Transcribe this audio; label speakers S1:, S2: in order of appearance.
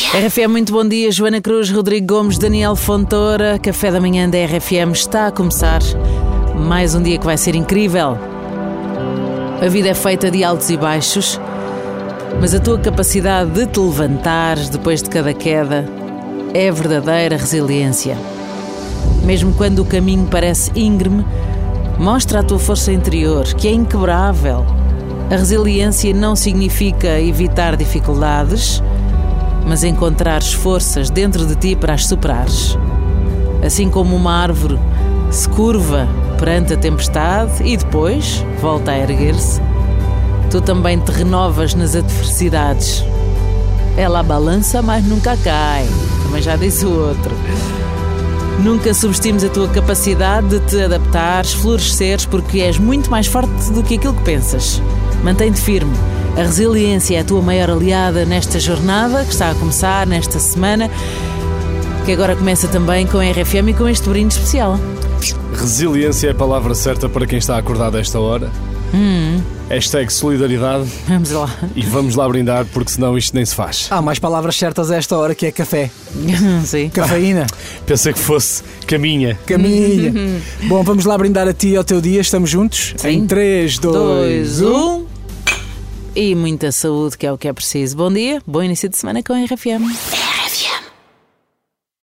S1: RFM, muito bom dia. Joana Cruz, Rodrigo Gomes, Daniel Fontoura. Café da manhã da RFM está a começar. Mais um dia que vai ser incrível. A vida é feita de altos e baixos, mas a tua capacidade de te levantares depois de cada queda é a verdadeira resiliência. Mesmo quando o caminho parece íngreme, mostra a tua força interior, que é inquebrável. A resiliência não significa evitar dificuldades, mas encontrares forças dentro de ti para as superares. Assim como uma árvore se curva perante a tempestade e depois volta a erguer-se, tu também te renovas nas adversidades. Ela balança, mas nunca cai. Também já disse o outro. Nunca subestimes a tua capacidade de te adaptares, floresceres, porque és muito mais forte do que aquilo que pensas. Mantém-te firme. A resiliência é a tua maior aliada nesta jornada que está a começar nesta semana, que agora começa também com a RFM e com este brinde especial.
S2: Resiliência é a palavra certa para quem está acordado a esta hora. Hashtag solidariedade.
S1: Vamos lá.
S2: E vamos lá brindar, porque senão isto nem se faz.
S3: Há mais palavras certas a esta hora, que é café.
S1: Sim.
S3: Cafeína.
S2: Pensei que fosse caminha.
S3: Caminha. Bom, vamos lá brindar a ti e ao teu dia. Estamos juntos?
S1: Sim.
S3: Em 3, 2, 1.
S1: E muita saúde, que é o que é preciso. Bom dia, bom início de semana com a RFM.